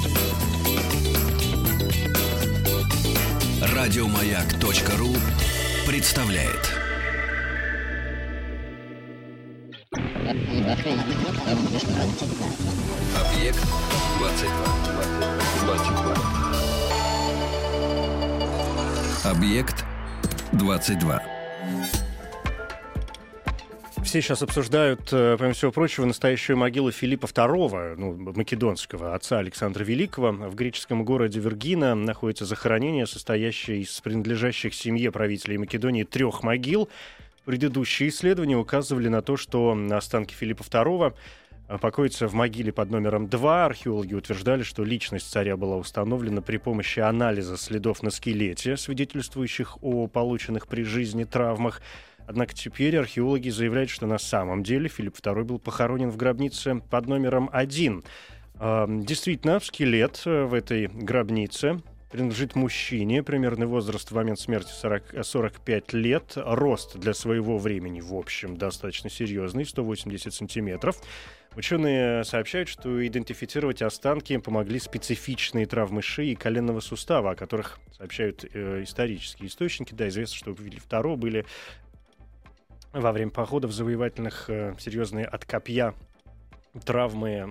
Радиомаяк.ру представляет. Объект 22. Объект 22. Все сейчас обсуждают, помимо всего прочего, настоящую могилу Филиппа II, македонского, отца Александра Великого. В греческом городе Вергина находится захоронение, состоящее из принадлежащих семье правителей Македонии 3 могил. Предыдущие исследования указывали на то, что останки Филиппа II покоятся в могиле под номером 2. Археологи утверждали, что личность царя была установлена при помощи анализа следов на скелете, свидетельствующих о полученных при жизни травмах. Однако теперь археологи заявляют, что на самом деле Филипп II был похоронен в гробнице под номером 1. Действительно, скелет в этой гробнице принадлежит мужчине. Примерный возраст в момент смерти 45 лет. Рост для своего времени, в общем, достаточно серьезный, 180 сантиметров. Ученые сообщают, что идентифицировать останки помогли специфичные травмы шеи и коленного сустава, о которых сообщают исторические источники. Да, известно, что у Филиппа II были во время походов завоевательных серьезные от копья травмы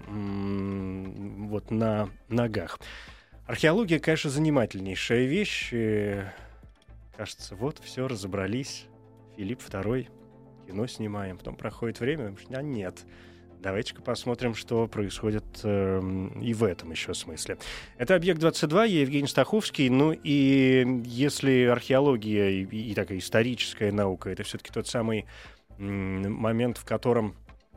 на ногах. Археология, конечно, занимательнейшая вещь. Кажется, вот, все, разобрались. Филипп II, кино снимаем. Потом проходит время, а нет. Давайте-ка посмотрим, что происходит и в этом еще смысле. Это «Объект-22», я Евгений Стаховский. Ну и если археология и такая историческая наука — это все-таки тот самый момент, в котором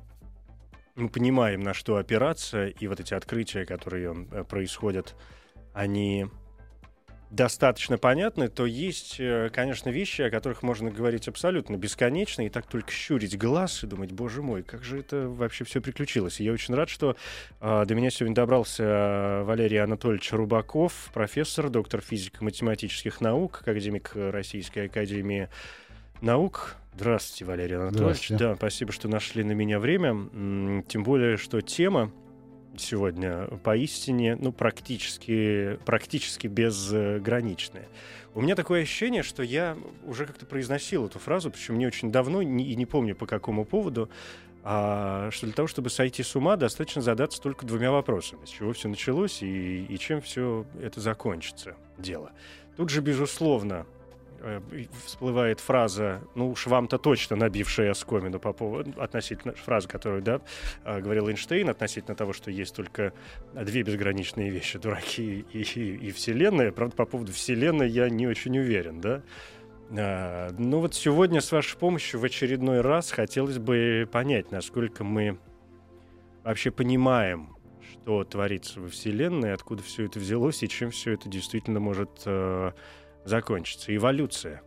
мы понимаем, на что опираться, и вот эти открытия, которые происходят, они достаточно понятны, то есть, конечно, вещи, о которых можно говорить абсолютно бесконечно, и так только щурить глаз и думать: боже мой, как же это вообще все приключилось. И я очень рад, что до меня сегодня добрался Валерий Анатольевич Рубаков, профессор, доктор физико-математических наук, академик Российской академии наук. Здравствуйте, Валерий Анатольевич. Да, спасибо, что нашли на меня время. Тем более, что тема сегодня поистине, практически безграничная. У меня такое ощущение, что я уже как-то произносил эту фразу, причем не очень давно, и не помню по какому поводу, что для того, чтобы сойти с ума, достаточно задаться только 2 вопросами: с чего все началось и чем все это закончится, дело. Тут же, безусловно, всплывает фраза, уж вам-то точно набившая оскомину по поводу относительно фразы, которую говорил Эйнштейн относительно того, что есть только 2 безграничные вещи: дураки и Вселенная. Правда, по поводу Вселенной я не очень уверен, да? Но вот сегодня с вашей помощью в очередной раз хотелось бы понять, насколько мы вообще понимаем, что творится во Вселенной, откуда все это взялось и чем все это действительно может закончится. Эволюция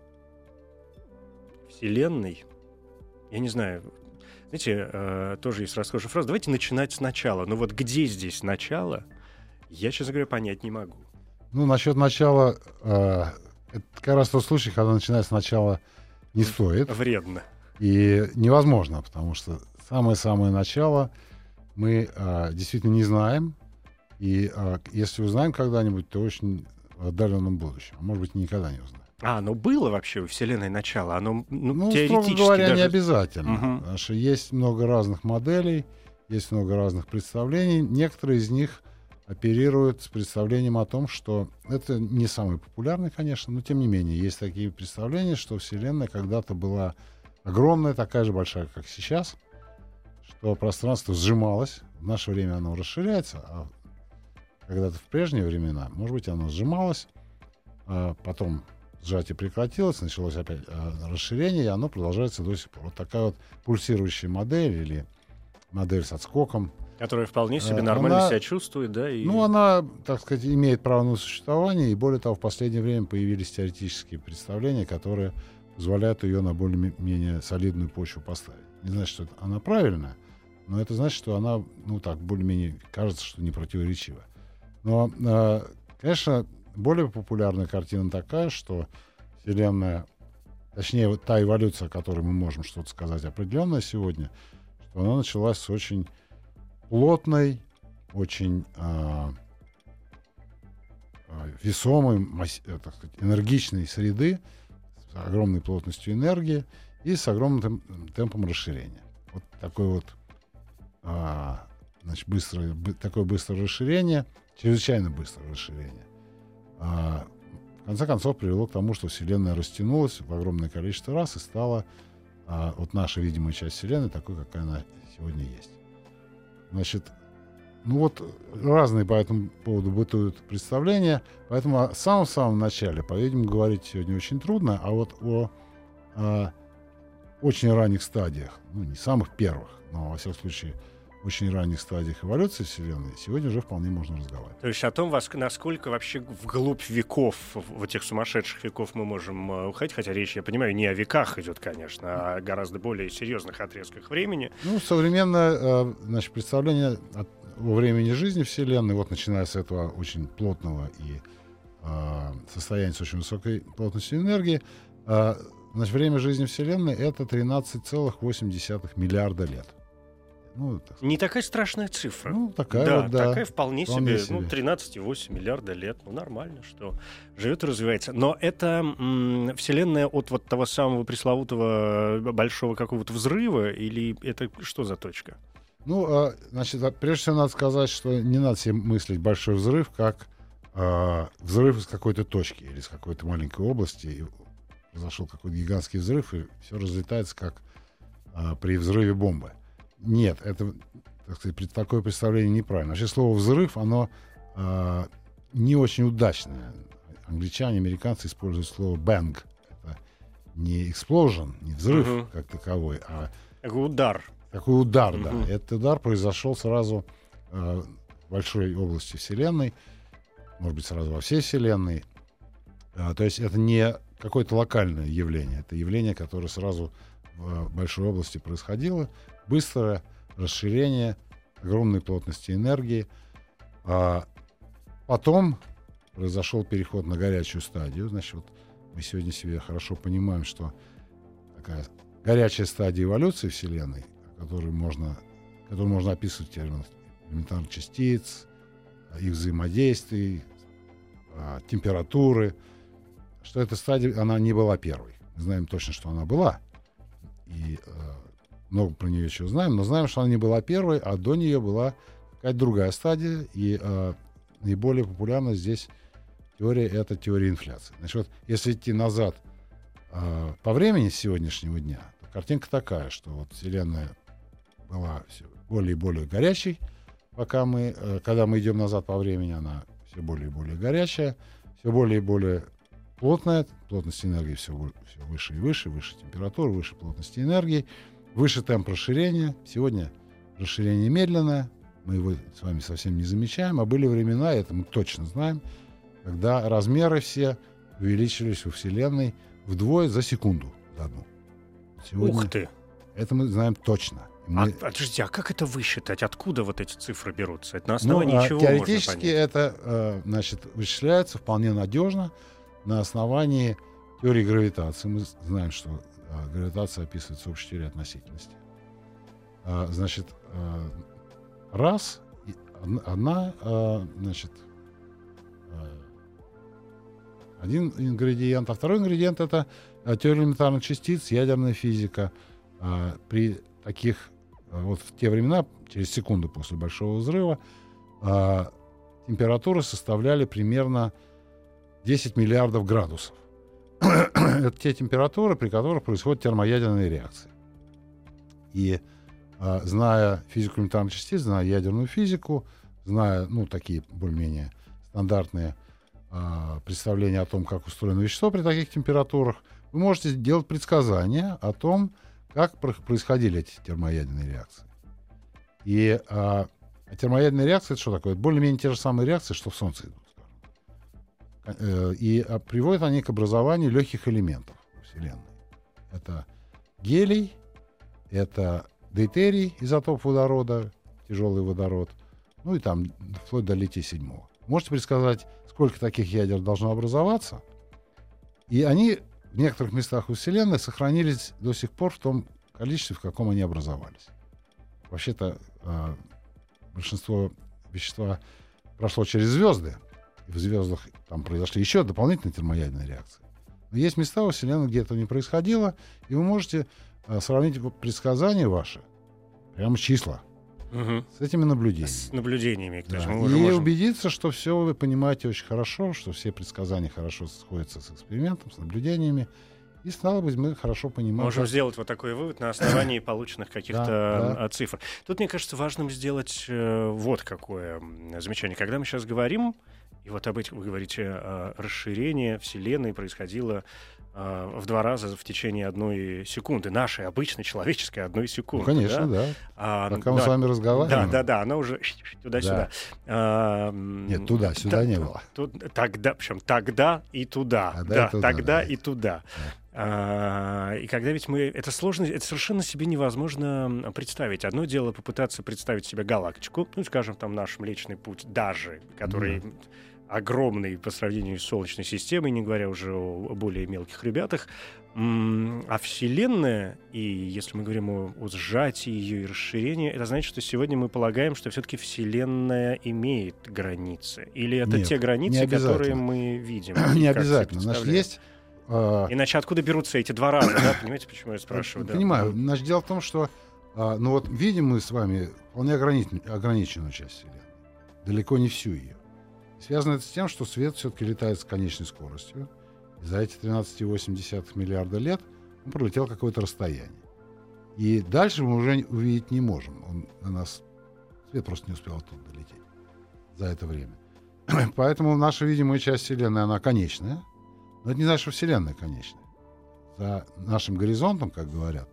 Вселенной. Я не знаю. Знаете, тоже есть расхожая фраза: давайте начинать сначала. Но вот где здесь начало, я, честно говоря, понять не могу. Насчет начала, это как раз тот случай, когда начинать сначала не стоит. Вредно. И невозможно, потому что самое-самое начало мы действительно не знаем. И если узнаем когда-нибудь, то очень в отдаленном будущем. Может быть, никогда не узнаем. Но было вообще у Вселенной начало? Оно, теоретически, строго говоря, даже не обязательно. Потому что есть много разных моделей, есть много разных представлений. Некоторые из них оперируют с представлением о том, что это не самый популярный, конечно, но тем не менее есть такие представления, что Вселенная когда-то была огромная, такая же большая, как сейчас, что пространство сжималось. В наше время оно расширяется, а когда-то в прежние времена, может быть, оно сжималось, а потом сжатие прекратилось, началось опять расширение, и оно продолжается до сих пор. Вот такая вот пульсирующая модель или модель с отскоком. Которая вполне себе нормально себя чувствует, да? Она, так сказать, имеет право на существование, и более того, в последнее время появились теоретические представления, которые позволяют ее на более-менее солидную почву поставить. Не значит, что она правильная, но это значит, что она, более-менее кажется, что не противоречива. Но, конечно, более популярная картина такая, что Вселенная, точнее, вот та эволюция, о которой мы можем что-то сказать определенное сегодня, что она началась с очень плотной, очень весомой, так сказать, энергичной среды с огромной плотностью энергии и с огромным темпом расширения. Вот такой вот значит, такое быстрое расширение, чрезвычайно быстрое расширение, в конце концов привело к тому, что Вселенная растянулась в огромное количество раз и стала вот наша видимая часть Вселенной такой, какая она сегодня есть. Значит, ну вот разные по этому поводу бытуют представления, поэтому в самом начале, по-видимому, говорить сегодня очень трудно, а вот о очень ранних стадиях, ну не самых первых, но во всяком случае очень ранних стадиях эволюции Вселенной сегодня уже вполне можно разговаривать. То есть о том, насколько вообще вглубь веков, в этих сумасшедших веков мы можем уходить, хотя речь, я понимаю, не о веках идет, конечно, а о гораздо более серьезных отрезках времени. Ну, современное, значит, представление о времени жизни Вселенной, вот начиная с этого очень плотного и состояния с очень высокой плотностью энергии, значит, время жизни Вселенной — это 13,8 миллиарда лет. Ну, не такая страшная цифра. Ну, такая да, вот, да. Такая вполне себе. Ну, 13,8 миллиарда лет. Ну, нормально, что живет и развивается. Но это Вселенная от вот того самого пресловутого большого какого-то взрыва, или это что за точка? Ну, значит, прежде всего надо сказать, что не надо себе мыслить большой взрыв как взрыв из какой-то точки или из какой-то маленькой области. И произошел какой-то гигантский взрыв, и все разлетается, как при взрыве бомбы. Нет, это, так сказать, такое представление неправильно. Вообще слово «взрыв», оно не очень удачное. Англичане, американцы используют слово «bang». Это не explosion, не взрыв как таковой, а удар. Такой удар, да. Этот удар произошел сразу в большой области Вселенной, может быть, сразу во всей Вселенной. То есть это не какое-то локальное явление, это явление, которое сразу в большой области происходило. Быстрое расширение огромной плотности энергии. Потом произошел переход на горячую стадию. Значит, вот мы сегодня себе хорошо понимаем, что такая горячая стадия эволюции Вселенной, которую можно описывать в терминах элементарных частиц, их взаимодействий, температуры, что эта стадия, она не была первой. Мы знаем точно, что она была. И много про нее еще знаем, но знаем, что она не была первой, а до нее была какая-то другая стадия, и наиболее популярна здесь теория — это теория инфляции. Значит, вот если идти назад по времени с сегодняшнего дня, то картинка такая, что вот Вселенная была все более и более горячей, когда мы идем назад по времени, она все более и более горячая, все более и более плотная, плотность энергии все выше и выше, выше температура, выше плотности энергии, выше темп расширения. Сегодня расширение медленное, мы его с вами совсем не замечаем, а были времена, это мы точно знаем, когда размеры все увеличились у Вселенной вдвое за секунду за одну. Сегодня Ух ты! Это мы знаем точно. Подождите, а как это высчитать? Откуда вот эти цифры берутся? Это на основании чего теоретически можно понять? Это вычисляется вполне надежно на основании теории гравитации. Мы знаем, что гравитация описывается общей теорией относительности. Значит, один ингредиент, а второй ингредиент — это теория элементарных частиц, ядерная физика. При таких, вот в те времена, через секунду после Большого взрыва, температуры составляли примерно 10 миллиардов градусов. Это те температуры, при которых происходят термоядерные реакции. И зная физику элементарных частиц, зная ядерную физику, зная, такие более-менее стандартные представления о том, как устроено вещество при таких температурах, вы можете делать предсказания о том, как происходили эти термоядерные реакции. И термоядерные реакции — это что такое? Это более-менее те же самые реакции, что в Солнце идут. И приводят они к образованию легких элементов в Вселенной. Это гелий, это дейтерий, изотоп водорода, тяжелый водород, и там вплоть до лития-7. Можете предсказать, сколько таких ядер должно образоваться? И они в некоторых местах у Вселенной сохранились до сих пор в том количестве, в каком они образовались. Вообще-то большинство вещества прошло через звезды, в звездах там произошли еще дополнительные термоядерные реакции. Но есть места во Вселенной, где этого не происходило, и вы можете сравнить предсказания ваши, прямо числа, с этими наблюдениями. С наблюдениями. Да. И убедиться, что все вы понимаете очень хорошо, что все предсказания хорошо сходятся с экспериментом, с наблюдениями. И, стало быть, мы хорошо понимаем. Можем сделать вот такой вывод на основании полученных каких-то цифр. Тут, мне кажется, важным сделать вот какое замечание. Когда мы сейчас говорим, и вот об этих вы говорите, расширение Вселенной происходило в 2 раза в течение 1 секунды. Нашей обычной человеческой 1 секунды. Ну, конечно, да. Пока мы с вами разговариваем. Да, она уже туда-сюда. Нет, туда-сюда не было. Тогда, причем тогда и туда. Тогда и туда. И когда ведь мы... Это сложно, это совершенно себе невозможно представить. Одно дело попытаться представить себе галактику, ну, скажем, там наш Млечный Путь даже, который... огромный по сравнению с Солнечной системой, не говоря уже о более мелких ребятах. А Вселенная, и если мы говорим о сжатии ее и расширении, это значит, что сегодня мы полагаем, что все-таки Вселенная имеет границы. Или это те границы, которые мы видим? Не обязательно. Значит, есть... Иначе откуда берутся эти 2 раза? Да? Понимаете, почему я спрашиваю? Понимаю. Значит, дело в том, что видим мы с вами вполне ограниченную часть Вселенной. Далеко не всю ее. Связано это с тем, что свет все-таки летает с конечной скоростью. И за эти 13,8 миллиарда лет он пролетел какое-то расстояние. И дальше мы уже увидеть не можем. Свет просто не успел оттуда долететь за это время. Поэтому наша видимая часть Вселенной, она конечная. Но это не значит, что Вселенная конечная. За нашим горизонтом, как говорят,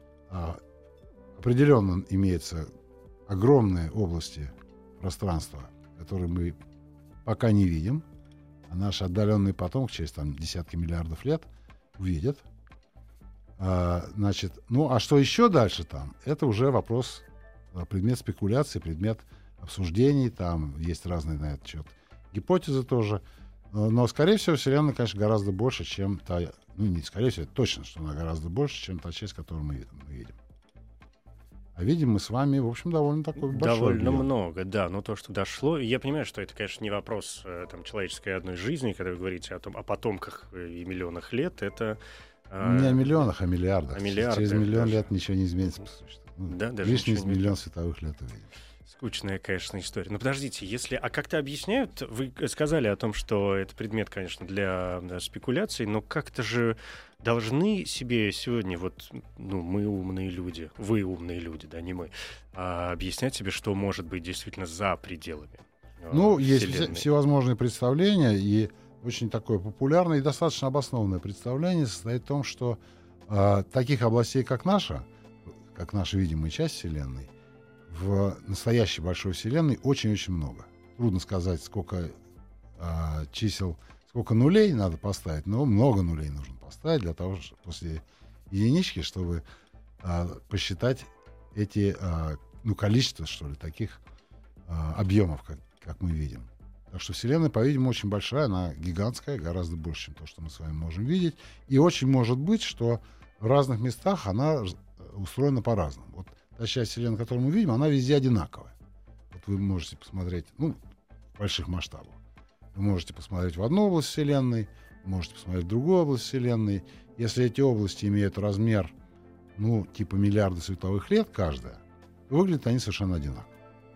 определенно имеются огромные области пространства, которые мы пока не видим, а наши отдаленные потомки через десятки миллиардов лет увидят. Значит, а что еще дальше там? Это уже вопрос, предмет спекуляции, предмет обсуждений. Там есть разные на этот счет гипотезы тоже. Но, скорее всего, Вселенная, конечно, гораздо больше, чем та... не скорее всего, точно, что она гораздо больше, чем та часть, которую мы видим. А видим мы с вами, в общем, довольно такой большой довольно объем. Много, да. Но то, что дошло... Я понимаю, что это, конечно, не вопрос человеческой одной жизни, когда вы говорите о потомках и миллионах лет. Это... Не о миллионах, а миллиардах. Через миллион лет ничего не изменится. Лишний миллион световых лет увидим. Скучная, конечно, история. Но подождите, а как-то объясняют, вы сказали о том, что это предмет, конечно, для спекуляций, но как-то же должны себе сегодня, мы умные люди, вы умные люди, да, не мы, объяснять себе, что может быть действительно за пределами Вселенной. Есть всевозможные представления, и очень такое популярное и достаточно обоснованное представление состоит в том, что таких областей, как наша видимая часть Вселенной, в настоящей большой Вселенной очень-очень много. Трудно сказать, сколько чисел, сколько нулей надо поставить, но много нулей нужно поставить для того, чтобы после единички, чтобы посчитать эти количество, что ли, таких объемов, как мы видим. Так что Вселенная, по-видимому, очень большая, она гигантская, гораздо больше, чем то, что мы с вами можем видеть. И очень может быть, что в разных местах она устроена по-разному. Вот та часть Вселенной, которую мы видим, она везде одинаковая. Вот вы можете посмотреть, в больших масштабах. Вы можете посмотреть в одну область Вселенной, можете посмотреть в другую область Вселенной. Если эти области имеют размер, типа миллиарда световых лет каждая, то выглядят они совершенно одинаково.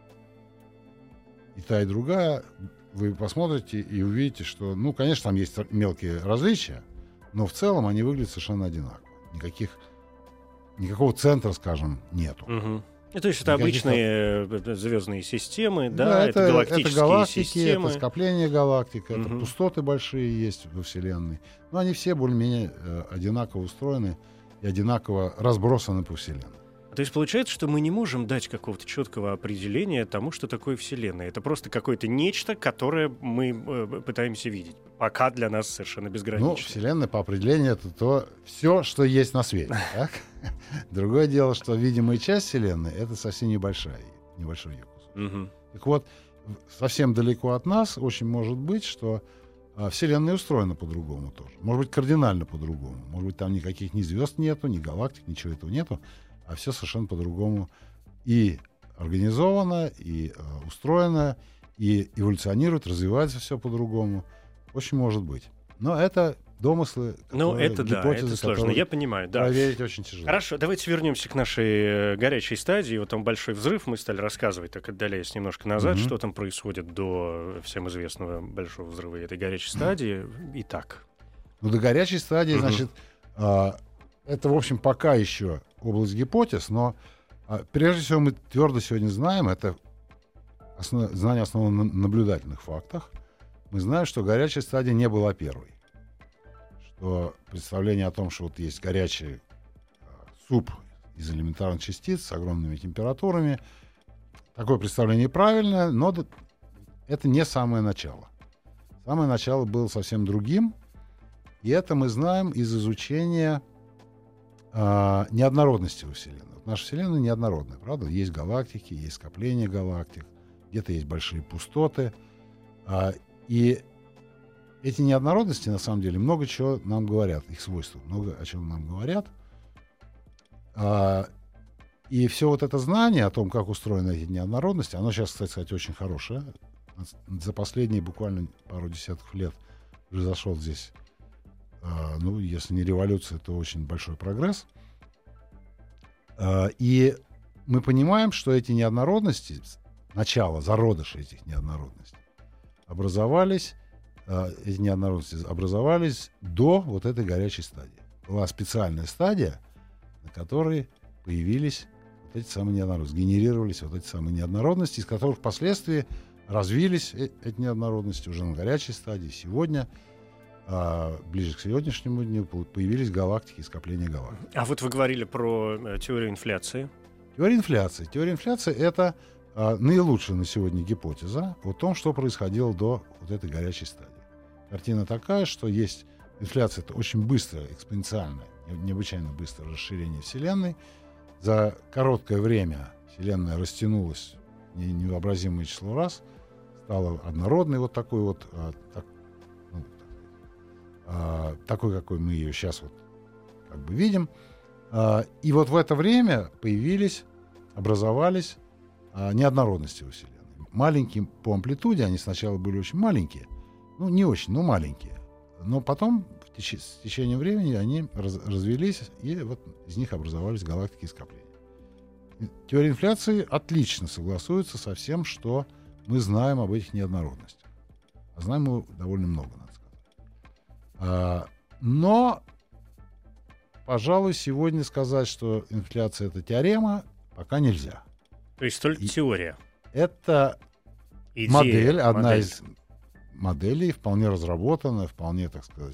И та, и другая, вы посмотрите и увидите, что, конечно, там есть мелкие различия, но в целом они выглядят совершенно одинаково. Никакого центра, скажем, нету. То есть это обычные звездные системы, да, это галактические это галактики, системы. Это скопление галактик, это пустоты большие есть во Вселенной. Но они все более-менее одинаково устроены и одинаково разбросаны по Вселенной. То есть получается, что мы не можем дать какого-то четкого определения тому, что такое Вселенная. Это просто какое-то нечто, которое мы пытаемся видеть. Пока для нас совершенно безгранично. Вселенная по определению это то все, что есть на свете. Так? Другое дело, что видимая часть Вселенной это совсем небольшой ее кусок. Так вот, совсем далеко от нас очень может быть, что Вселенная устроена по-другому тоже. Может быть, кардинально по-другому. Может быть, там никаких ни звезд нету, ни галактик, ничего этого нету. А все совершенно по-другому и организовано, и устроено, и эволюционирует, развивается все по-другому. Очень может быть. Но это домыслы, это гипотезы, это сложно, я понимаю, да. Проверить очень тяжело. Хорошо, давайте вернемся к нашей горячей стадии. Вот там большой взрыв, мы стали рассказывать, так отдаляясь немножко назад, что там происходит до всем известного большого взрыва этой горячей стадии. Итак. Ну, до горячей стадии, значит, это, в общем, пока еще область гипотез, но прежде всего мы твердо сегодня знаем, это знание основано на наблюдательных фактах. Мы знаем, что горячая стадия не была первой. Что представление о том, что вот есть горячий суп из элементарных частиц с огромными температурами, такое представление правильное, но это не самое начало. Самое начало было совсем другим, и это мы знаем из изучения неоднородности во Вселенной. Вот наша Вселенная неоднородная, правда? Есть галактики, есть скопления галактик, где-то есть большие пустоты. И эти неоднородности, на самом деле, много чего нам говорят, их свойства, много о чем нам говорят. И все вот это знание о том, как устроены эти неоднородности, оно сейчас, кстати сказать, очень хорошее. За последние буквально пару десятков лет произошел здесь, ну, если не революция, то очень большой прогресс. И мы понимаем, что эти неоднородности, начало, зародыши этих неоднородностей, эти неоднородности образовались до вот этой горячей стадии. Была специальная стадия, на которой появились вот эти самые неоднородности, генерировались вот эти самые неоднородности, из которых впоследствии развились эти неоднородности уже на горячей стадии. Сегодня, ближе к сегодняшнему дню, появились галактики и скопления галактик. А вот вы говорили про теорию инфляции. Теория инфляции — это наилучшая на сегодня гипотеза о том, что происходило до вот этой горячей стадии. Картина такая, что есть инфляция — это очень быстрое, экспоненциальное, необычайно быстрое расширение Вселенной. За короткое время Вселенная растянулась в невообразимое число раз, стала однородной, вот такой вот, такой, какой мы ее сейчас вот как бы видим. И вот в это время образовались неоднородности во Вселенной. Маленькие по амплитуде, они сначала были очень маленькие, ну не очень, но маленькие. Но потом с течением времени они развелись, и вот из них образовались галактики и скопления. Теория инфляции отлично согласуется со всем, что мы знаем об этих неоднородностях. А знаем мы довольно много, надо сказать. Но, пожалуй, сегодня сказать, что инфляция — это теорема, пока нельзя. То есть только теория. Это модель, одна из моделей, вполне разработанная, вполне, так сказать,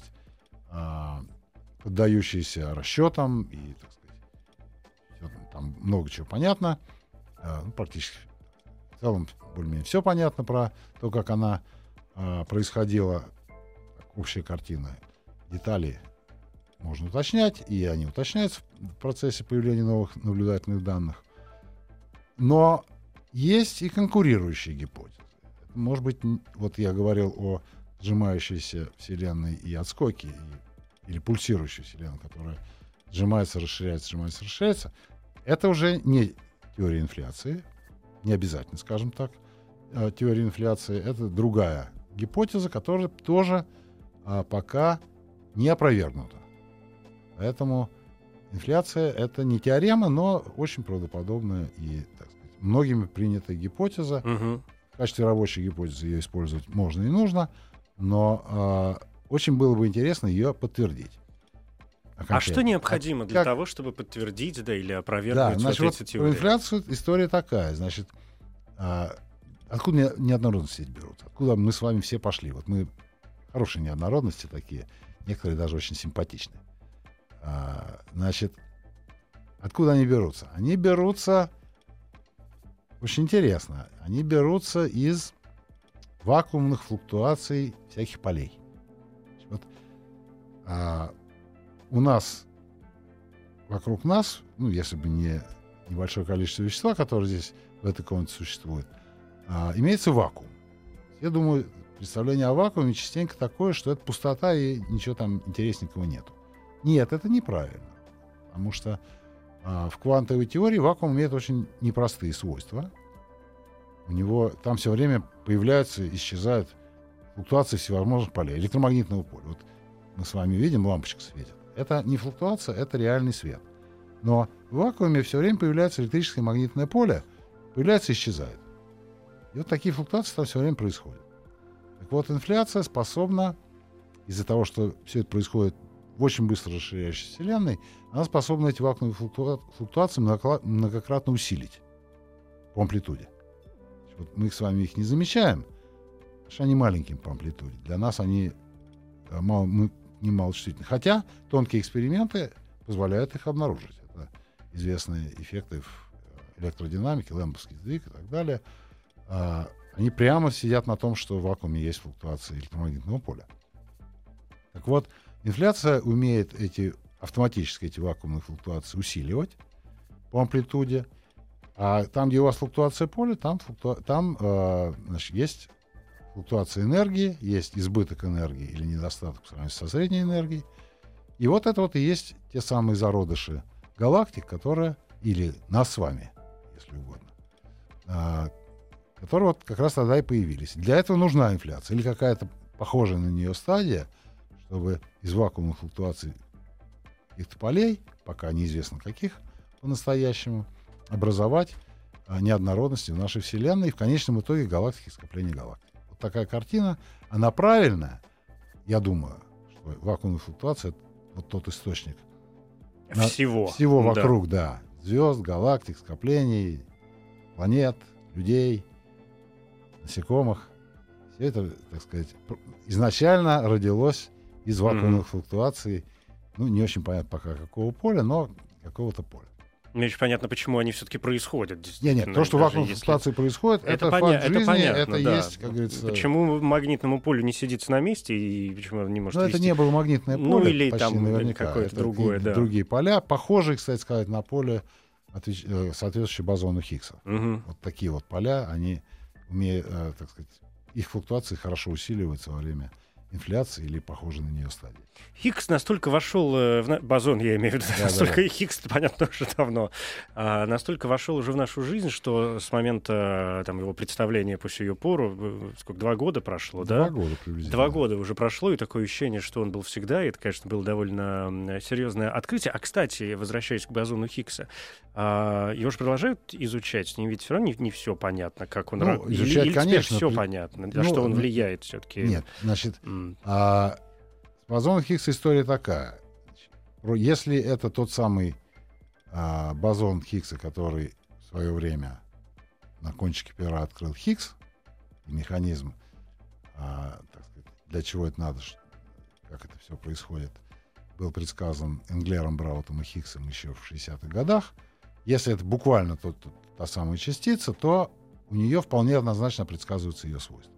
поддающаяся расчетам, и, так сказать, там много чего понятно. Практически в целом более-менее все понятно про то, как она происходила, общая картина. Детали можно уточнять, и они уточняются в процессе появления новых наблюдательных данных. Но есть и конкурирующие гипотезы. Может быть, вот я говорил о сжимающейся Вселенной и отскоке, или пульсирующей Вселенной, которая сжимается, расширяется, сжимается, расширяется. Это уже не теория инфляции, не обязательно, скажем так, теория инфляции. Это другая гипотеза, которая тоже пока не опровергнута. Поэтому инфляция — это не теорема, но очень правдоподобная и, так сказать, многими принятая гипотеза. В качестве рабочей гипотезы ее использовать можно и нужно, но очень было бы интересно ее подтвердить. А что необходимо для того, чтобы подтвердить, или опровергнуть вот эти теории? Инфляцию история такая. Значит, откуда неоднородности берутся? Откуда мы с вами все пошли? Вот мы хорошие неоднородности такие, некоторые даже очень симпатичные. Значит, откуда они берутся? Они берутся, очень интересно, они берутся из вакуумных флуктуаций всяких полей. Вот, у нас, вокруг нас, ну, если бы не небольшое количество вещества, которое здесь в этой комнате существует, имеется вакуум. Я думаю, представление о вакууме частенько такое, что это пустота и ничего там интересненького нету. Нет, это неправильно. Потому что в квантовой теории вакуум имеет очень непростые свойства. у него там все время появляются, исчезают флуктуации всевозможных полей, электромагнитного поля. Вот мы с вами видим, лампочка светит. Это не флуктуация, это реальный свет. Но в вакууме все время появляется электрическое и магнитное поле, появляется и исчезает. И вот такие флуктуации там все время происходят. Так вот, инфляция способна, из-за того, что все это происходит в очень быстро расширяющейся Вселенной, она способна эти вакуумные флуктуации многократно усилить по амплитуде. Вот мы с вами их не замечаем, потому что они маленькие по амплитуде. Для нас они немалочувствительны. Хотя тонкие эксперименты позволяют их обнаружить. Это известные эффекты в электродинамике, лэмповский сдвиг и так далее. Они прямо сидят на том, что в вакууме есть флуктуации электромагнитного поля. Так вот, инфляция умеет автоматически эти вакуумные флуктуации усиливать по амплитуде. А там, где у вас флуктуация поля, там есть флуктуация энергии, есть избыток энергии или недостаток по сравнению со средней энергией. И вот это вот и есть те самые зародыши галактик, которые, или нас с вами, если угодно, которые вот как раз тогда и появились. Для этого нужна инфляция или какая-то похожая на нее стадия, чтобы из вакуумных флуктуаций каких-то полей, пока неизвестно каких по-настоящему, образовать неоднородности в нашей Вселенной и в конечном итоге галактики, скопления галактик. Вот такая картина, она правильная. Я думаю, что вакуумная флуктуация — это вот тот источник всего вокруг, да. Звезд, галактик, скоплений, планет, людей, насекомых. Все это, так сказать, изначально родилось из вакуумных флуктуаций. Ну, не очень понятно пока какого поля, но какого-то поля. Не очень понятно, почему они все-таки происходят. Нет, то, что вакуумные флуктуации происходят, это факт жизни, понятно, это да. Есть, как говорится... Почему магнитному полю не сидится на месте, и почему оно не может вести? Это не было магнитное поле, ну, или почти там наверняка. Какое-то это другое, да. Другие поля, похожие, кстати сказать, на поле, соответствующее бозону Хиггса. Угу. Вот такие вот поля, они умеют, так сказать, их флуктуации хорошо усиливаются во время инфляции или похожей на нее стадии. Хиггс настолько вошел в бозон, я имею в виду, настолько и Хиггс, понятно, уже давно, настолько вошел уже в нашу жизнь, что с момента там, его представления по сию пору, сколько, 2 года прошло, 2 года приблизительно. 2 года уже прошло, и такое ощущение, что он был всегда, и это, конечно, было довольно серьезное открытие. А, кстати, возвращаясь к бозону Хиггса, его же продолжают изучать, с ним ведь все равно не все понятно, как он... Изучать, или конечно, все понятно, на что он влияет все-таки. Нет, значит... с бозоном Хиггса история такая. Если это тот самый бозон Хиггса, который в свое время на кончике пера открыл Хиггс, механизм, так сказать, для чего это надо, как это все происходит, был предсказан Энглером, Браутом и Хиггсом еще в 60-х годах. Если это буквально та самая частица, то у нее вполне однозначно предсказываются ее свойства.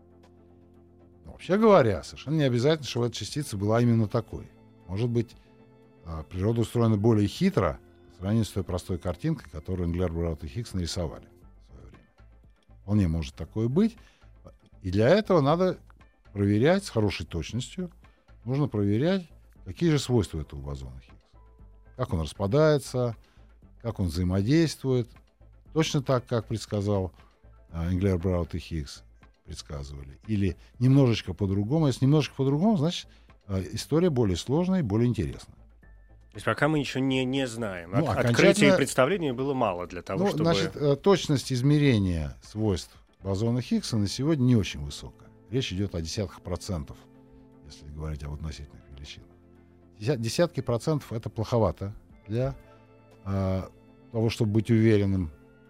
Вообще говоря, совершенно не обязательно, чтобы эта частица была именно такой. Может быть, природа устроена более хитро по сравнению с той простой картинкой, которую Энглер, Браут и Хиггс нарисовали в свое время. Вполне может такое быть. И для этого надо проверять с хорошей точностью. Нужно проверять, какие же свойства этого бозона Хиггса. Как он распадается, как он взаимодействует. Точно так, как предсказал Энглер, Браут и Хиггс. Предсказывали. Или немножечко по-другому. Если немножечко по-другому, значит, история более сложная и более интересная. То есть пока мы еще не знаем. Открытия и представлений было мало для того, чтобы... Значит, точность измерения свойств бозона Хиггса на сегодня не очень высокая. Речь идет о десятках процентов, если говорить об относительных величинах. Десятки процентов — это плоховато для того, чтобы быть уверенным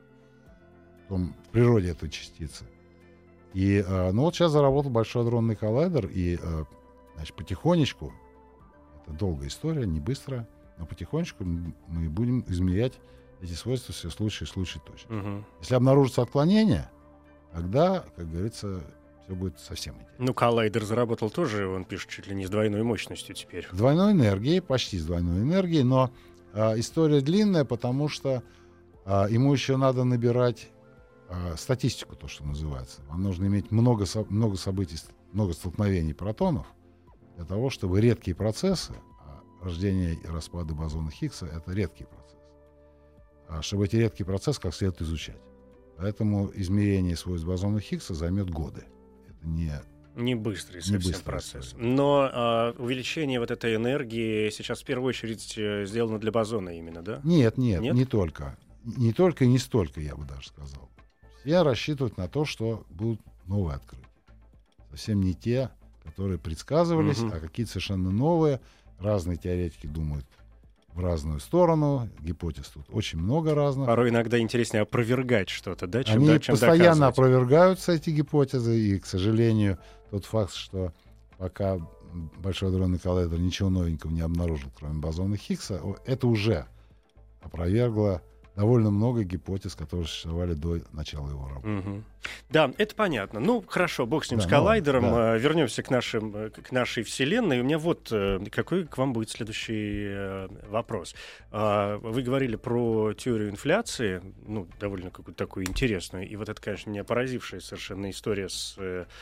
в природе этой частицы. И вот сейчас заработал Большой адронный коллайдер, и значит, потихонечку, это долгая история, не быстро, но потихонечку мы будем измерять эти свойства все случаи точно. Угу. Если обнаружится отклонение, тогда, как говорится, все будет совсем интересно. Ну, коллайдер заработал тоже, он пишет, чуть ли не с двойной мощностью теперь. С двойной энергией, почти с двойной энергией, но история длинная, потому что ему еще надо набирать статистику, то, что называется. Вам нужно иметь много событий, много столкновений протонов для того, чтобы редкие процессы, рождение и распады бозона Хиггса — это редкий процесс, чтобы эти редкие процессы как следует изучать. Поэтому измерение свойств бозона Хиггса займет годы. Это не быстрый совсем процесс. Но увеличение вот этой энергии сейчас в первую очередь сделано для бозона именно, да? Нет, не только. Не только и не столько, я бы даже сказал. Все рассчитывают на то, что будут новые открытия. Совсем не те, которые предсказывались, а какие-то совершенно новые. Разные теоретики думают в разную сторону. Гипотез тут очень много разных. Порой иногда интереснее опровергать что-то, да, чем, Они чем постоянно доказывать. опровергаются, эти гипотезы, и, к сожалению, тот факт, что пока Большой адронный коллайдер ничего новенького не обнаружил, кроме бозона Хиггса, это уже опровергло довольно много гипотез, которые существовали до начала его работы. Да, это понятно. Ну, хорошо, бог с ним, да, с коллайдером. Да. Вернемся к нашей Вселенной. У меня вот какой к вам будет следующий вопрос. Вы говорили про теорию инфляции, ну, довольно какую-то такую интересную. И вот это, конечно, меня поразившая совершенно история с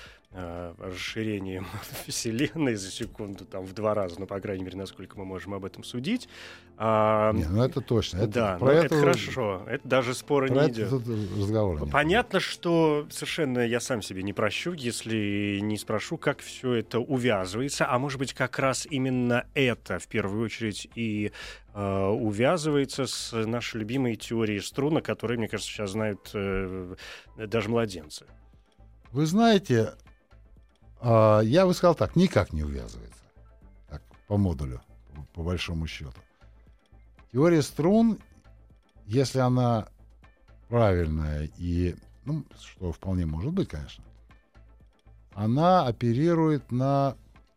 расширением Вселенной за секунду, там, в 2 раза, ну, по крайней мере, насколько мы можем об этом судить. Ну, это точно. Это хорошо. Это даже спора не идет. Понятно, что совершенно я сам себе не прощу, если не спрошу, как все это увязывается. А может быть, как раз именно это, в первую очередь, и увязывается с нашей любимой теорией струн, которые, мне кажется, сейчас знают даже младенцы. Вы знаете, я бы сказал так, никак не увязывается. Так, по модулю, по большому счету. Теория струн, если она правильная и, ну, что вполне может быть, конечно, она оперирует на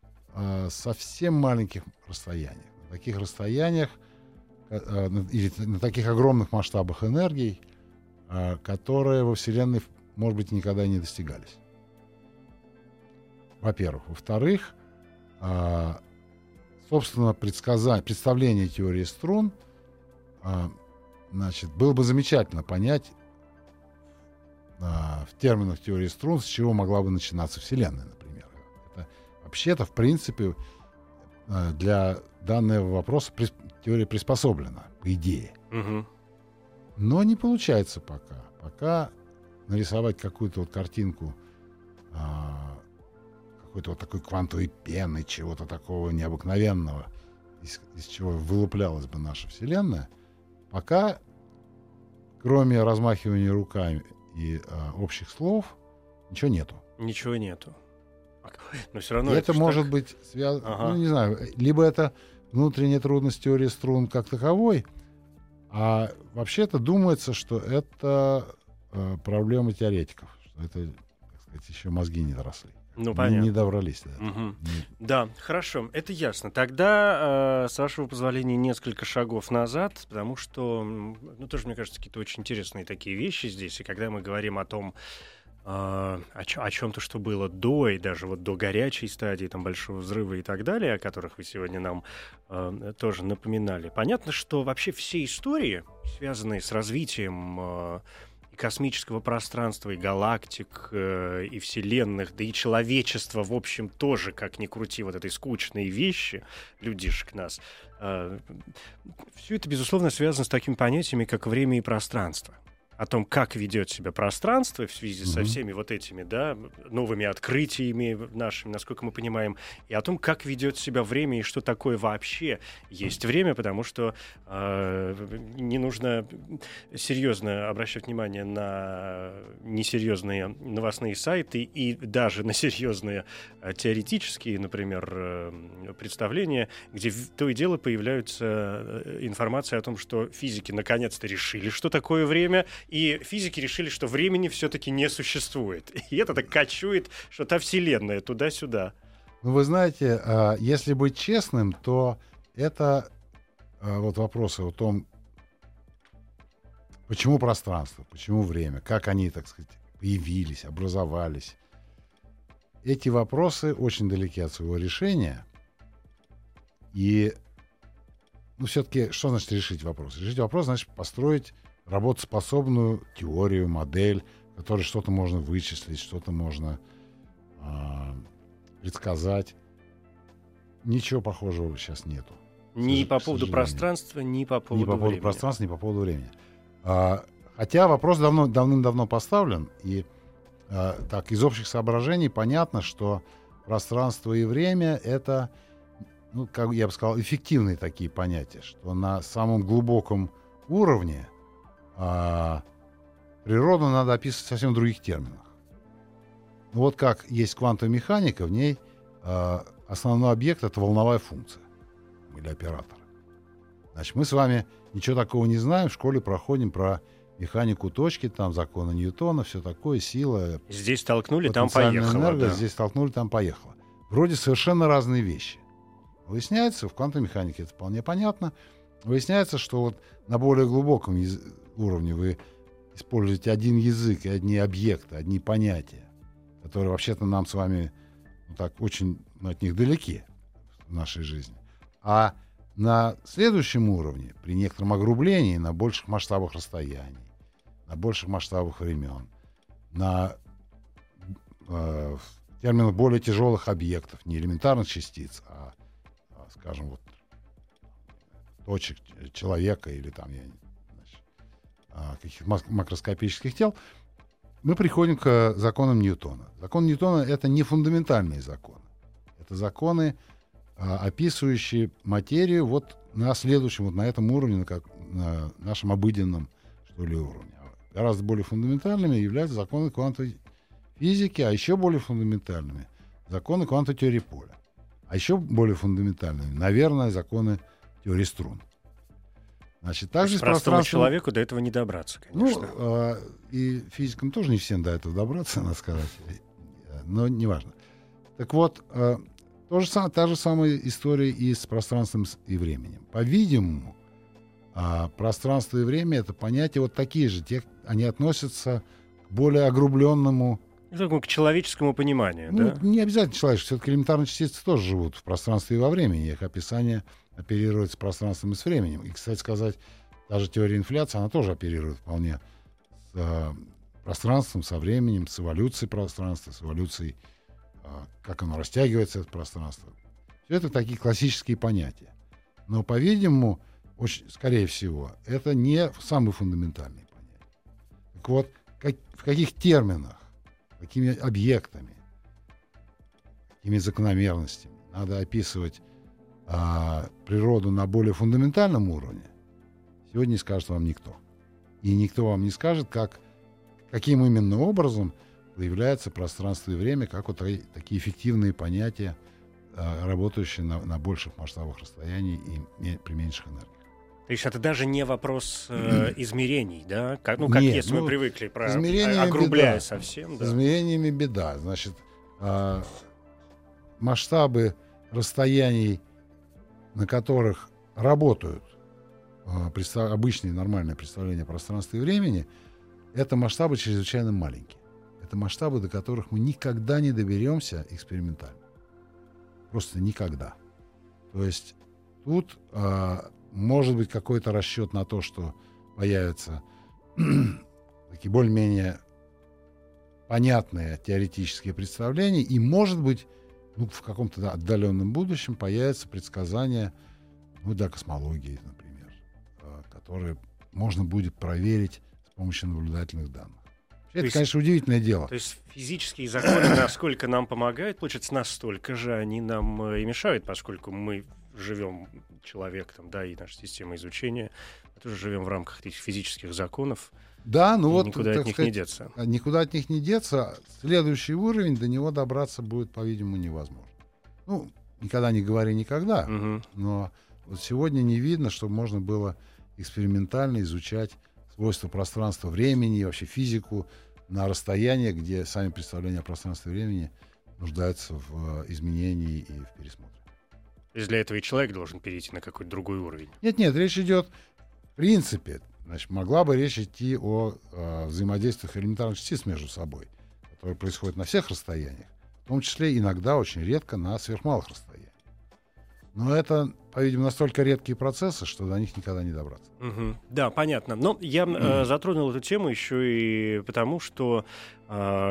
совсем маленьких расстояниях. На таких расстояниях, или на таких огромных масштабах энергий, которые во Вселенной, может быть, никогда не достигались. Во-первых. Во-вторых, собственно, представление теории струн, значит, было бы замечательно понять в терминах теории струн, с чего могла бы начинаться Вселенная, например. Это, вообще-то, в принципе, для данного вопроса теория приспособлена, по идее. Но не получается пока. Пока нарисовать какую-то вот картинку какой-то вот такой квантовой пены, чего-то такого необыкновенного, из чего вылуплялась бы наша Вселенная, пока, кроме размахивания руками и общих слов, ничего нету. Ничего нету. Но все равно это может быть связано, ну, не знаю, либо это внутренняя трудность теории струн как таковой, а вообще-то думается, что это проблема теоретиков, что это, так сказать, еще мозги не доросли. Ну, понятно. Не добрались. Да, хорошо, это ясно. Тогда, с вашего позволения, несколько шагов назад, потому что, ну, тоже, мне кажется, какие-то очень интересные такие вещи здесь. И когда мы говорим о том, о чем-то, что было до, и даже вот до горячей стадии, там, Большого взрыва и так далее, о которых вы сегодня нам тоже напоминали, понятно, что вообще все истории, связанные с развитием и космического пространства, и галактик, и вселенных, да и человечества, в общем, тоже, как ни крути, вот этой скучной вещи, людишек нас, все это, безусловно, связано с такими понятиями, как время и пространство. О том, как ведет себя пространство в связи со всеми вот этими, да, новыми открытиями нашими, насколько мы понимаем, и о том, как ведет себя время и что такое вообще есть время, потому что не нужно серьезно обращать внимание на несерьезные новостные сайты и даже на серьезные теоретические, например, представления, где то и дело появляется информация о том, что физики наконец-то решили, что такое время, и физики решили, что времени все-таки не существует. И это так кочует, что та Вселенная туда-сюда. Ну, вы знаете, если быть честным, то это вот вопросы о том, почему пространство, почему время, как они, так сказать, появились, образовались. Эти вопросы очень далеки от своего решения. И, ну, все-таки, что значит решить вопрос? Решить вопрос значит построить работоспособную теорию, модель, в которой что-то можно вычислить, что-то можно предсказать. Ничего похожего сейчас нету. Ни по поводу пространства, ни по поводу времени. Пространства, ни по поводу времени. Хотя вопрос давным-давно поставлен, и так из общих соображений понятно, что пространство и время — это, ну, как я бы сказал, эффективные такие понятия, что на самом глубоком уровне природу надо описывать в совсем других терминах. Ну, вот как есть квантовая механика, в ней основной объект — это волновая функция или оператор. Значит, мы с вами ничего такого не знаем, в школе проходим про механику точки, там законы Ньютона, все такое, сила. Здесь столкнули, там поехало. Энергия, да. Здесь столкнули, там поехало. Вроде совершенно разные вещи. Выясняется, в квантовой механике это вполне понятно, выясняется, что вот на более глубоком уровне вы используете один язык и одни объекты, одни понятия, которые вообще-то нам с вами так очень от них далеки в нашей жизни. А на следующем уровне, при некотором огрублении, на больших масштабах расстояний, на больших масштабах времен, на терминах более тяжелых объектов, не элементарных частиц, скажем, вот точек человека или там каких-то макроскопических тел, мы приходим к законам Ньютона. Закон Ньютона — это не фундаментальные законы. Это законы, описывающие материю вот на следующем, вот на этом уровне, на нашем обыденном, что ли, уровне. Гораздо более фундаментальными являются законы квантовой физики, а еще более фундаментальными законы квантовой теории поля. А еще более фундаментальными, наверное, законы теории струн. Значит, также простому человеку до этого не добраться, конечно. Ну, и физикам тоже не всем до этого добраться, надо сказать. Но неважно. Так вот, та же самая история и с пространством и временем. По-видимому, пространство и время — это понятия вот такие же. Они относятся к более огрубленному... К человеческому пониманию, ну, да? Не обязательно человеческому. Все-таки элементарные частицы тоже живут в пространстве и во времени. Их описание оперирует с пространством и с временем. И, кстати сказать, та же теория инфляции, она тоже оперирует вполне с пространством, со временем, с эволюцией пространства, с эволюцией, как оно растягивается, это пространство. Все это такие классические понятия. Но, по-видимому, скорее всего, это не самые фундаментальные понятия. Так вот, в каких терминах, какими объектами, какими закономерностями надо описывать природу на более фундаментальном уровне, сегодня не скажет вам никто. И никто вам не скажет, каким именно образом появляется пространство и время, как вот такие эффективные понятия, работающие на больших масштабах расстояний и при меньших энергиях. То есть это даже не вопрос измерений, да? Как Нет, если мы привыкли, огрубляя совсем. Да. С измерениями беда. Значит, масштабы расстояний, на которых работают обычные нормальные представления пространства и времени, это масштабы чрезвычайно маленькие. Это масштабы, до которых мы никогда не доберемся экспериментально. Просто никогда. То есть тут может быть какой-то расчет на то, что появятся такие более-менее понятные теоретические представления, и, может быть, в каком-то отдаленном будущем появятся предсказания для космологии, например, которые можно будет проверить с помощью наблюдательных данных. Это, конечно, удивительное дело. То есть физические законы, насколько нам помогают, получается, настолько же они нам и мешают, поскольку мы живем, человек, и наша система изучения, мы тоже живем в рамках этих физических законов. Да, никуда от них не деться. Никуда от них не деться. Следующий уровень, до него добраться будет, по-видимому, невозможно. Никогда не говори никогда, но вот сегодня не видно, чтобы можно было экспериментально изучать свойства пространства, времени и вообще физику на расстоянии, где сами представления о пространстве и времени нуждаются в изменении и в пересмотре. То есть для этого и человек должен перейти на какой-то другой уровень? Нет, речь идет в принципе. Значит, могла бы речь идти о взаимодействиях элементарных частиц между собой, которые происходят на всех расстояниях, в том числе иногда, очень редко, на сверхмалых расстояниях. Но это, по-видимому, настолько редкие процессы, что до них никогда не добраться. Да, понятно. Но я затронул эту тему еще и потому, что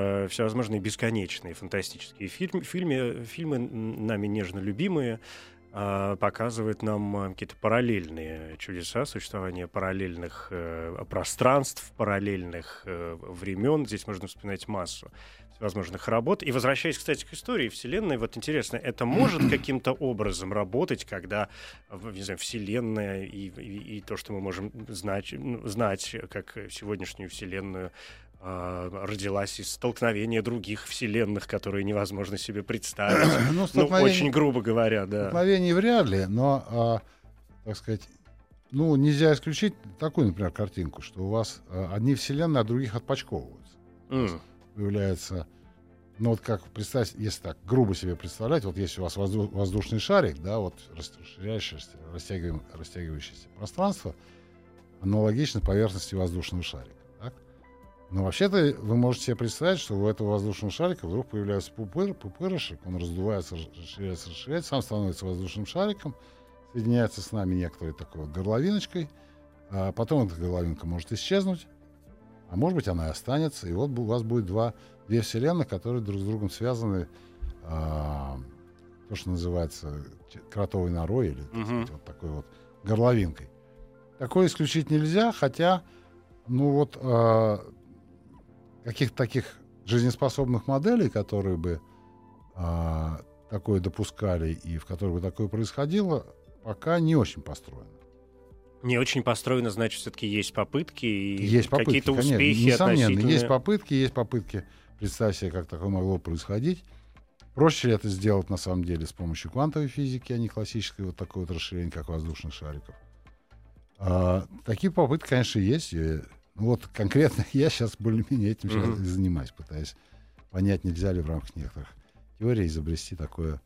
всевозможные бесконечные фантастические фильмы, нами нежно любимые, показывает нам какие-то параллельные чудеса, существование параллельных пространств, параллельных времен. Здесь можно вспоминать массу возможных работ. И возвращаясь, кстати, к истории Вселенной, вот интересно, это может каким-то образом работать, когда, не знаю, Вселенная и то, что мы можем знать, как сегодняшнюю Вселенную, родилась из столкновения других вселенных, которые невозможно себе представить. Очень грубо говоря, да. Столкновений вряд ли, но, так сказать, нельзя исключить такую, например, картинку, что у вас одни вселенные от других отпочковываются. Появляется, как представьте, если так грубо себе представлять, вот если у вас воздушный шарик, да, вот расширяющееся, растягивающееся пространство, аналогично поверхности воздушного шарика. Так? Но вообще-то вы можете себе представить, что у этого воздушного шарика вдруг появляется пупырышек, он раздувается, расширяется, сам становится воздушным шариком, соединяется с нами некоторой такой вот горловиночкой, а потом эта горловинка может исчезнуть, а может быть, она и останется. И вот у вас будет две вселенных, которые друг с другом связаны, то, что называется кротовой норой или так сказать, вот такой вот горловинкой. Такое исключить нельзя, хотя, каких-то таких жизнеспособных моделей, которые бы такое допускали и в которых бы такое происходило, пока не очень построено. Не очень построено, значит, все-таки есть попытки и есть какие-то попытки, успехи несомненно, относительно... есть попытки представить себе, как такое могло происходить. Проще ли это сделать, на самом деле, с помощью квантовой физики, а не классической вот такой вот расширения, как воздушных шариков. Такие попытки, конечно, есть. Конкретно я сейчас более-менее этим сейчас занимаюсь, пытаясь понять, нельзя ли в рамках некоторых теорий изобрести такое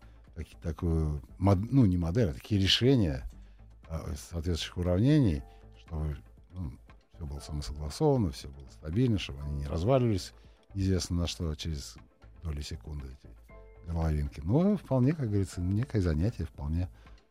не модель, а такие решения соответствующих уравнений, чтобы все было самосогласовано, все было стабильно, чтобы они не разваливались неизвестно на что через доли секунды эти горловинки. Но вполне, как говорится, некое занятие, вполне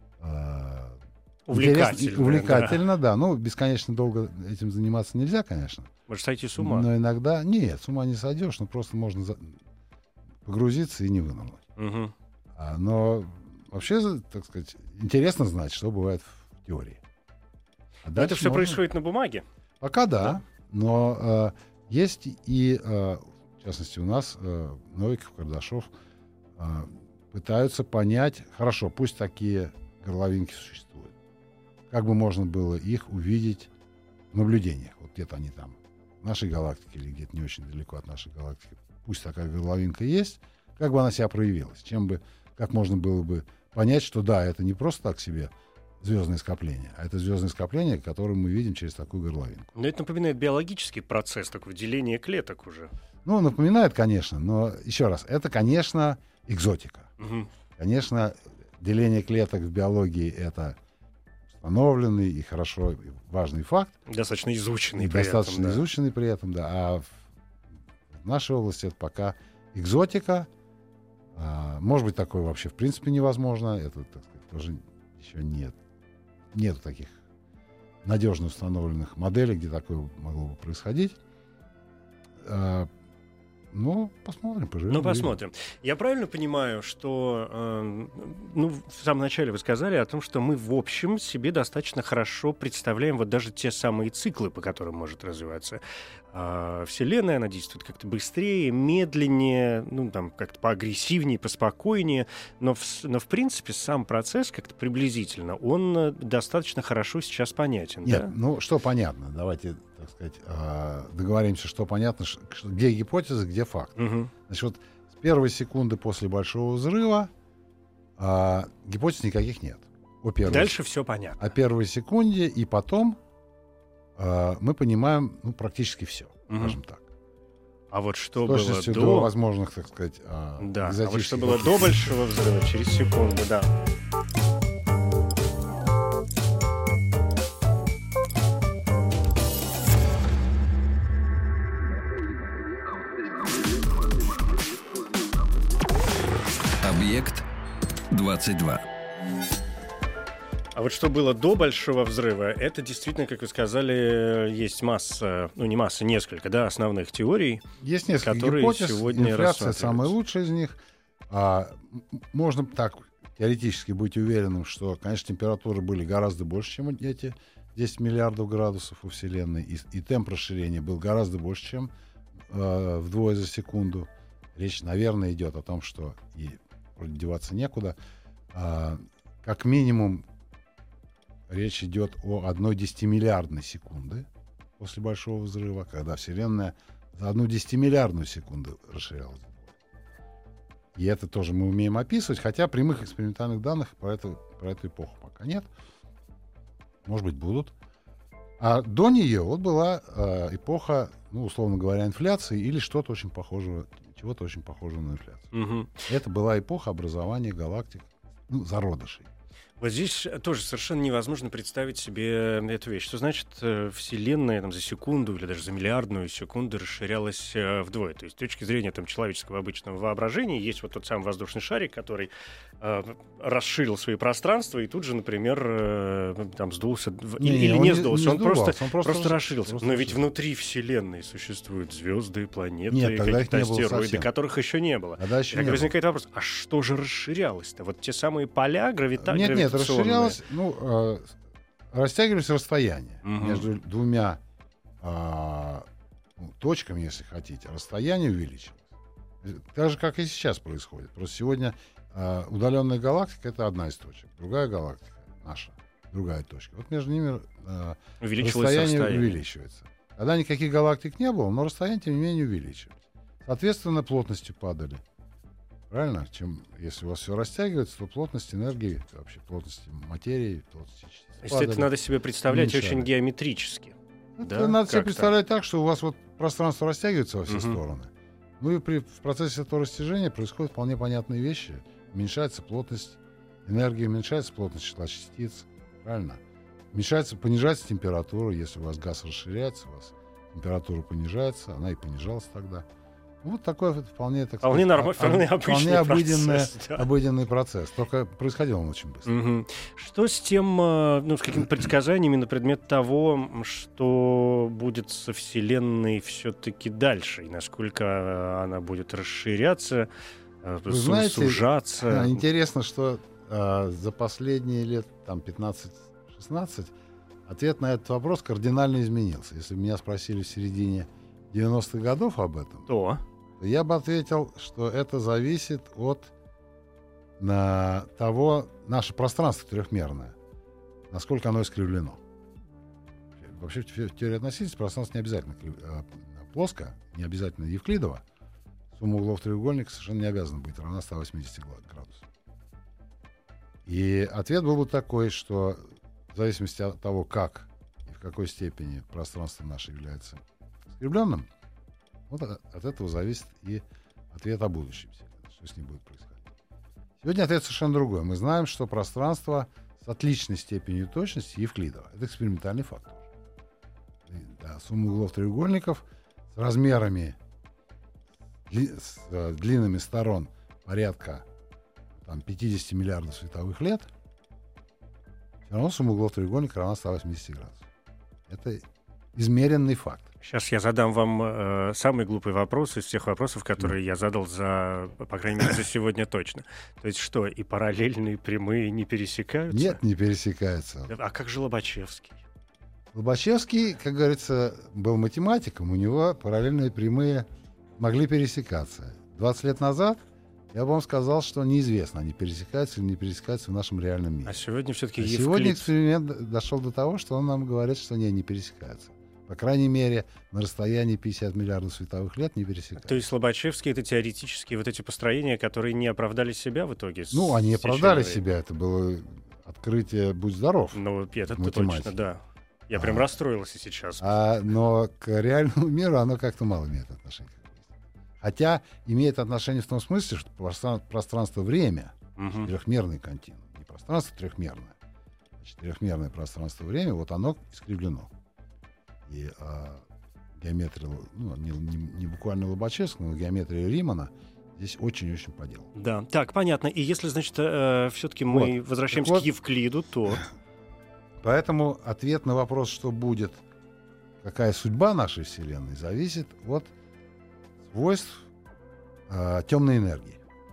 увлекательно, да. Бесконечно долго этим заниматься нельзя, конечно. Может сойти с ума. Но иногда... Нет, с ума не сойдешь, просто можно погрузиться и не вынырнуть. Но вообще, так сказать, интересно знать, что бывает в теории. Это все происходит на бумаге? Пока да. Но есть и, в частности, у нас Новиков, Кардашов пытаются понять, хорошо, пусть такие горловинки существуют. Как бы можно было их увидеть в наблюдениях? Вот где-то они там, в нашей галактике или где-то не очень далеко от нашей галактики. Пусть такая горловинка есть. Как бы она себя проявилась? Как можно было бы понять, что да, это не просто так себе звездное скопление, а это звездное скопление, которое мы видим через такую горловинку. Но это напоминает биологический процесс, такое деление клеток уже. Напоминает, конечно, но еще раз, это, конечно, экзотика. Конечно, деление клеток в биологии — это установленный и хорошо и важный факт. Достаточно изученный при этом, да. А в нашей области это пока экзотика. Может быть, такое вообще в принципе невозможно. Это, так сказать, тоже еще нет таких надежно установленных моделей, где такое могло бы происходить. Посмотрим, поживем. Посмотрим. Я правильно понимаю, что в самом начале вы сказали о том, что мы, в общем, себе достаточно хорошо представляем вот даже те самые циклы, по которым может развиваться Вселенная, она действует как-то быстрее, медленнее, как-то поагрессивнее, поспокойнее, но в принципе сам процесс как-то приблизительно, он достаточно хорошо сейчас понятен. Нет, что понятно, давайте, так сказать, договоримся, что понятно, где гипотеза, где факт. Значит, вот с первой секунды после Большого взрыва гипотез никаких нет. Дальше все понятно. О первой секунде и потом мы понимаем практически все, скажем так. А вот что было до возможных, так сказать, да, а вот что было до Большого взрыва, через секунду, да. Объект 22. А вот что было до Большого взрыва, это действительно, как вы сказали, есть масса, несколько, основных теорий. Есть несколько которые гипотез, сегодня инфляция самая лучшая из них. Можно так теоретически быть уверенным, что, конечно, температуры были гораздо больше, чем эти 10 миллиардов градусов у Вселенной, и темп расширения был гораздо больше, чем вдвое за секунду. Речь, наверное, идет о том, что и деваться некуда. Как минимум, речь идет о 1 десятимиллиардной секунды после Большого взрыва, когда Вселенная за 1 десятимиллиардную секунду расширялась. И это тоже мы умеем описывать, хотя прямых экспериментальных данных про эту эпоху пока нет. Может быть, будут. А до нее вот была эпоха, ну, условно говоря, инфляции или чего-то очень похожего на инфляцию. Угу. Это была эпоха образования галактик, ну, зародышей. Вот здесь тоже совершенно невозможно представить себе эту вещь. Что значит Вселенная там, за секунду или даже за миллиардную секунду расширялась вдвое? То есть с точки зрения там, человеческого обычного воображения есть вот тот самый воздушный шарик, который расширил свои пространства и тут же, например, там сдулся. Или не сдулся, он просто расширился. Но ведь внутри Вселенной существуют звезды, планеты, какие-то астероиды, которых еще не было. Так возникает вопрос, а что же расширялось-то? Вот те самые поля гравитационные? Нет, расширялось, растягивались расстояния между двумя точками, если хотите. Расстояние увеличилось. Так же, как и сейчас происходит. Просто сегодня удаленная галактика — это одна из точек. Другая галактика, наша, другая точка. Вот между ними расстояние увеличивается. Тогда никаких галактик не было, но расстояние, тем не менее, увеличивается. Соответственно, плотности падали. Правильно? Если у вас все растягивается, то плотность энергии, вообще плотность материи, плотность частиц падали. То есть это надо себе представлять очень геометрически. Это надо себе представлять так, что у вас вот пространство растягивается во все стороны. Ну и в процессе этого растяжения происходят вполне понятные вещи. Уменьшается плотность энергии, уменьшается плотность числа частиц. Правильно? Понижается температура. Если у вас газ расширяется, у вас температура понижается. Она и понижалась тогда. Вот такой вполне обыденный процесс. Только происходил он очень быстро. Угу. Что с тем, с какими-то предсказаниями на предмет того, что будет со Вселенной все-таки дальше? И насколько она будет расширяться, сужаться? Интересно, что за последние лет 15-16 ответ на этот вопрос кардинально изменился. Если бы меня спросили в середине 90-х годов об этом, то я бы ответил, что это зависит от того, наше пространство трехмерное, насколько оно искривлено. Вообще в теории относительности пространство не обязательно плоско, не обязательно евклидово. Сумма углов треугольника совершенно не обязана быть равна 180 градусам. И ответ был бы такой, что в зависимости от того, как и в какой степени пространство наше является искривленным, вот от этого зависит и ответ о будущем Вселенной, что с ним будет происходить. Сегодня ответ совершенно другой. Мы знаем, что пространство с отличной степенью точности евклидово. Это экспериментальный факт. Сумма углов треугольников с размерами, с длинами сторон порядка 50 миллиардов световых лет, все равно сумма углов треугольника равна 180 градусов. Это измеренный факт. Сейчас я задам вам самый глупый вопрос из всех вопросов, которые я задал по крайней мере, за сегодня точно. То есть что, и параллельные прямые не пересекаются? Нет, не пересекаются. А как же Лобачевский? Лобачевский, как говорится, был математиком, у него параллельные прямые могли пересекаться. 20 лет назад я бы вам сказал, что неизвестно, они пересекаются или не пересекаются в нашем реальном мире. А сегодня все-таки сегодня эксперимент дошел до того, что он нам говорит, что не пересекаются. По крайней мере, на расстоянии 50 миллиардов световых лет не пересекаются. То есть Лобачевский — это теоретические вот эти построения, которые не оправдали себя в итоге? Они оправдали себя. Это было открытие «Будь здоров». Ну, это точно, да. Я прям расстроился сейчас. Но к реальному миру оно как-то мало имеет отношения. Хотя имеет отношение в том смысле, что пространство-время, трехмерный континуум, не пространство трехмерное, а четырехмерное пространство-время, вот оно искривлено. И геометрия, не буквально Лобачевского, но геометрия Римана здесь очень-очень по делу. Да, так, понятно. И если, значит, все-таки мы возвращаемся к Евклиду, то... Поэтому ответ на вопрос, что будет, какая судьба нашей Вселенной, зависит от свойств темной энергии.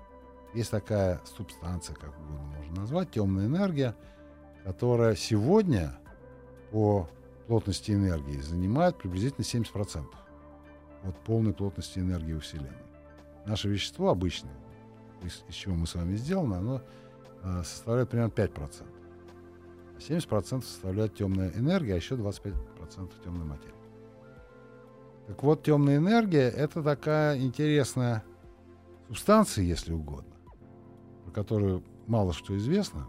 есть такая субстанция, как угодно можно назвать, темная энергия, которая сегодня по плотности энергии занимает приблизительно 70% от полной плотности энергии во Вселенной. Наше вещество обычное, из чего мы с вами сделаны, оно составляет примерно 5%. 70% составляет темная энергия, а еще 25% темной материи. Так вот, темная энергия — это такая интересная субстанция, если угодно, про которую мало что известно,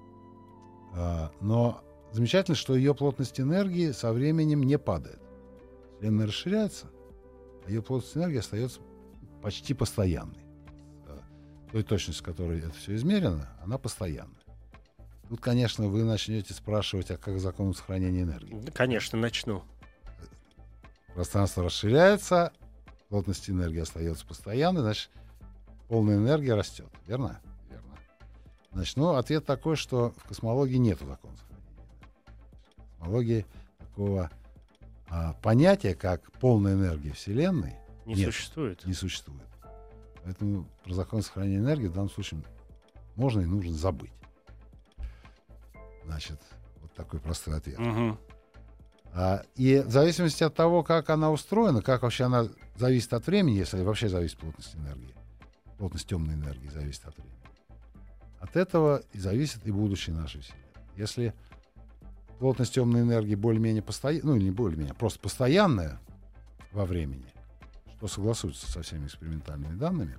но замечательно, что ее плотность энергии со временем не падает. Вселенная расширяется, а ее плотность энергии остается почти постоянной. Той точностью, с которой это все измерено, она постоянная. Тут, конечно, вы начнете спрашивать, а как закон сохранения энергии? Да, конечно, начну. Пространство расширяется, плотность энергии остается постоянной, значит, полная энергия растет. Верно? Верно. Значит, ответ такой, что в космологии нет закона сохранения энергии. В космологии такого понятия, как полная энергия Вселенной, не существует. Не существует. Поэтому про закон сохранения энергии в данном случае можно и нужно забыть. Значит, вот такой простой ответ. Угу. И в зависимости от того, как она устроена, как вообще она зависит от времени, если вообще зависит плотность энергии, плотность темной энергии зависит от времени. От этого и зависит и будущее нашей Вселенной. Если плотность темной энергии более-менее постоянная, или не более-менее, просто постоянная во времени, что согласуется со всеми экспериментальными данными,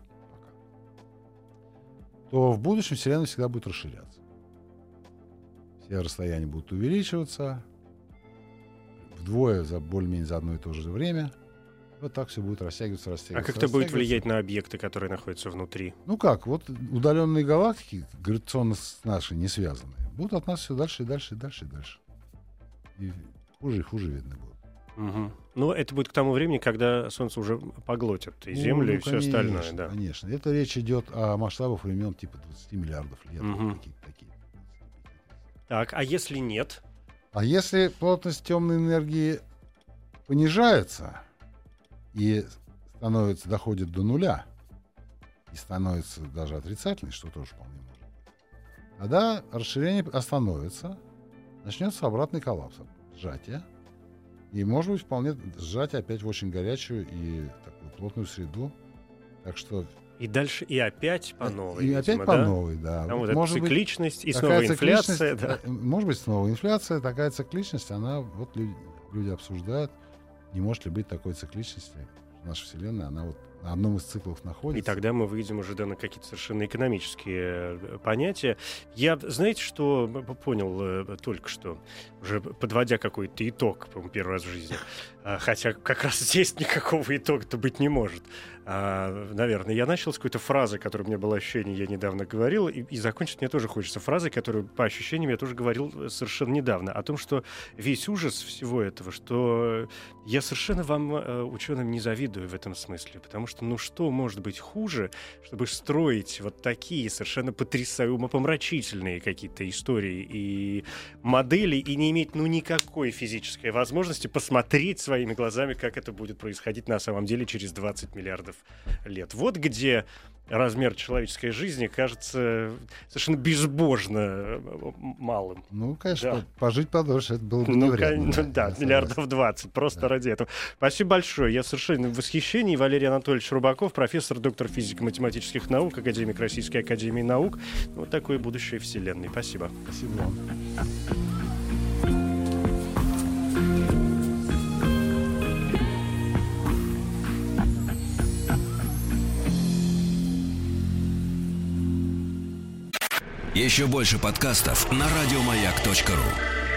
то в будущем Вселенная всегда будет расширяться. Все расстояния будут увеличиваться вдвое более-менее за одно и то же время. Вот так все будет растягиваться. А как это будет влиять на объекты, которые находятся внутри? Вот удаленные галактики, гравитационно с нашей не связанные, будут от нас все дальше и дальше и дальше и дальше. И хуже видны будут. Угу. Но это будет к тому времени, когда Солнце уже поглотит и Землю, и все остальное. Да. Конечно. Это речь идет о масштабах времен типа 20 миллиардов лет. Угу. Какие-то такие. Так, а если нет? А если плотность темной энергии понижается и доходит до нуля, и становится даже отрицательной, что тоже вполне может быть, тогда расширение остановится, начнется обратный коллапс, сжатие, и может быть вполне сжатие опять в очень горячую и такую плотную среду. Так что и дальше и опять по новой. И опять по новой, да. Там вот эта цикличность, и снова инфляция. Да. Может быть, снова инфляция. Такая цикличность, она, вот люди обсуждают, не может ли быть такой цикличности. Наша Вселенная, она вот на одном из циклов находится. И тогда мы выйдем уже на какие-то совершенно экономические понятия. Я, знаете, что понял только что, уже подводя какой-то итог, по-моему, первый раз в жизни. Хотя как раз здесь никакого итога-то быть не может. Наверное, я начал с какой-то фразы, которая у меня было ощущение, я недавно говорил, и закончить мне тоже хочется фразой, которую, по ощущениям, я тоже говорил совершенно недавно, о том, что весь ужас всего этого, что я совершенно вам, ученым, не завидую в этом смысле, потому что, что может быть хуже, чтобы строить вот такие совершенно потрясающие, умопомрачительные какие-то истории и модели, и не иметь, никакой физической возможности посмотреть своими глазами, как это будет происходить на самом деле через 20 миллиардов лет. Вот где размер человеческой жизни кажется совершенно безбожно малым. Конечно, да. Пожить подольше, это было бы невредно. Да, миллиардов 20, просто ради этого. Спасибо большое. Я совершенно в восхищении. Валерий Анатольевич Рубаков, профессор, доктор физико-математических наук, академик Российской академии наук. Вот такое будущее Вселенной. Спасибо. Спасибо вам. Еще больше подкастов на радиомаяк.ру.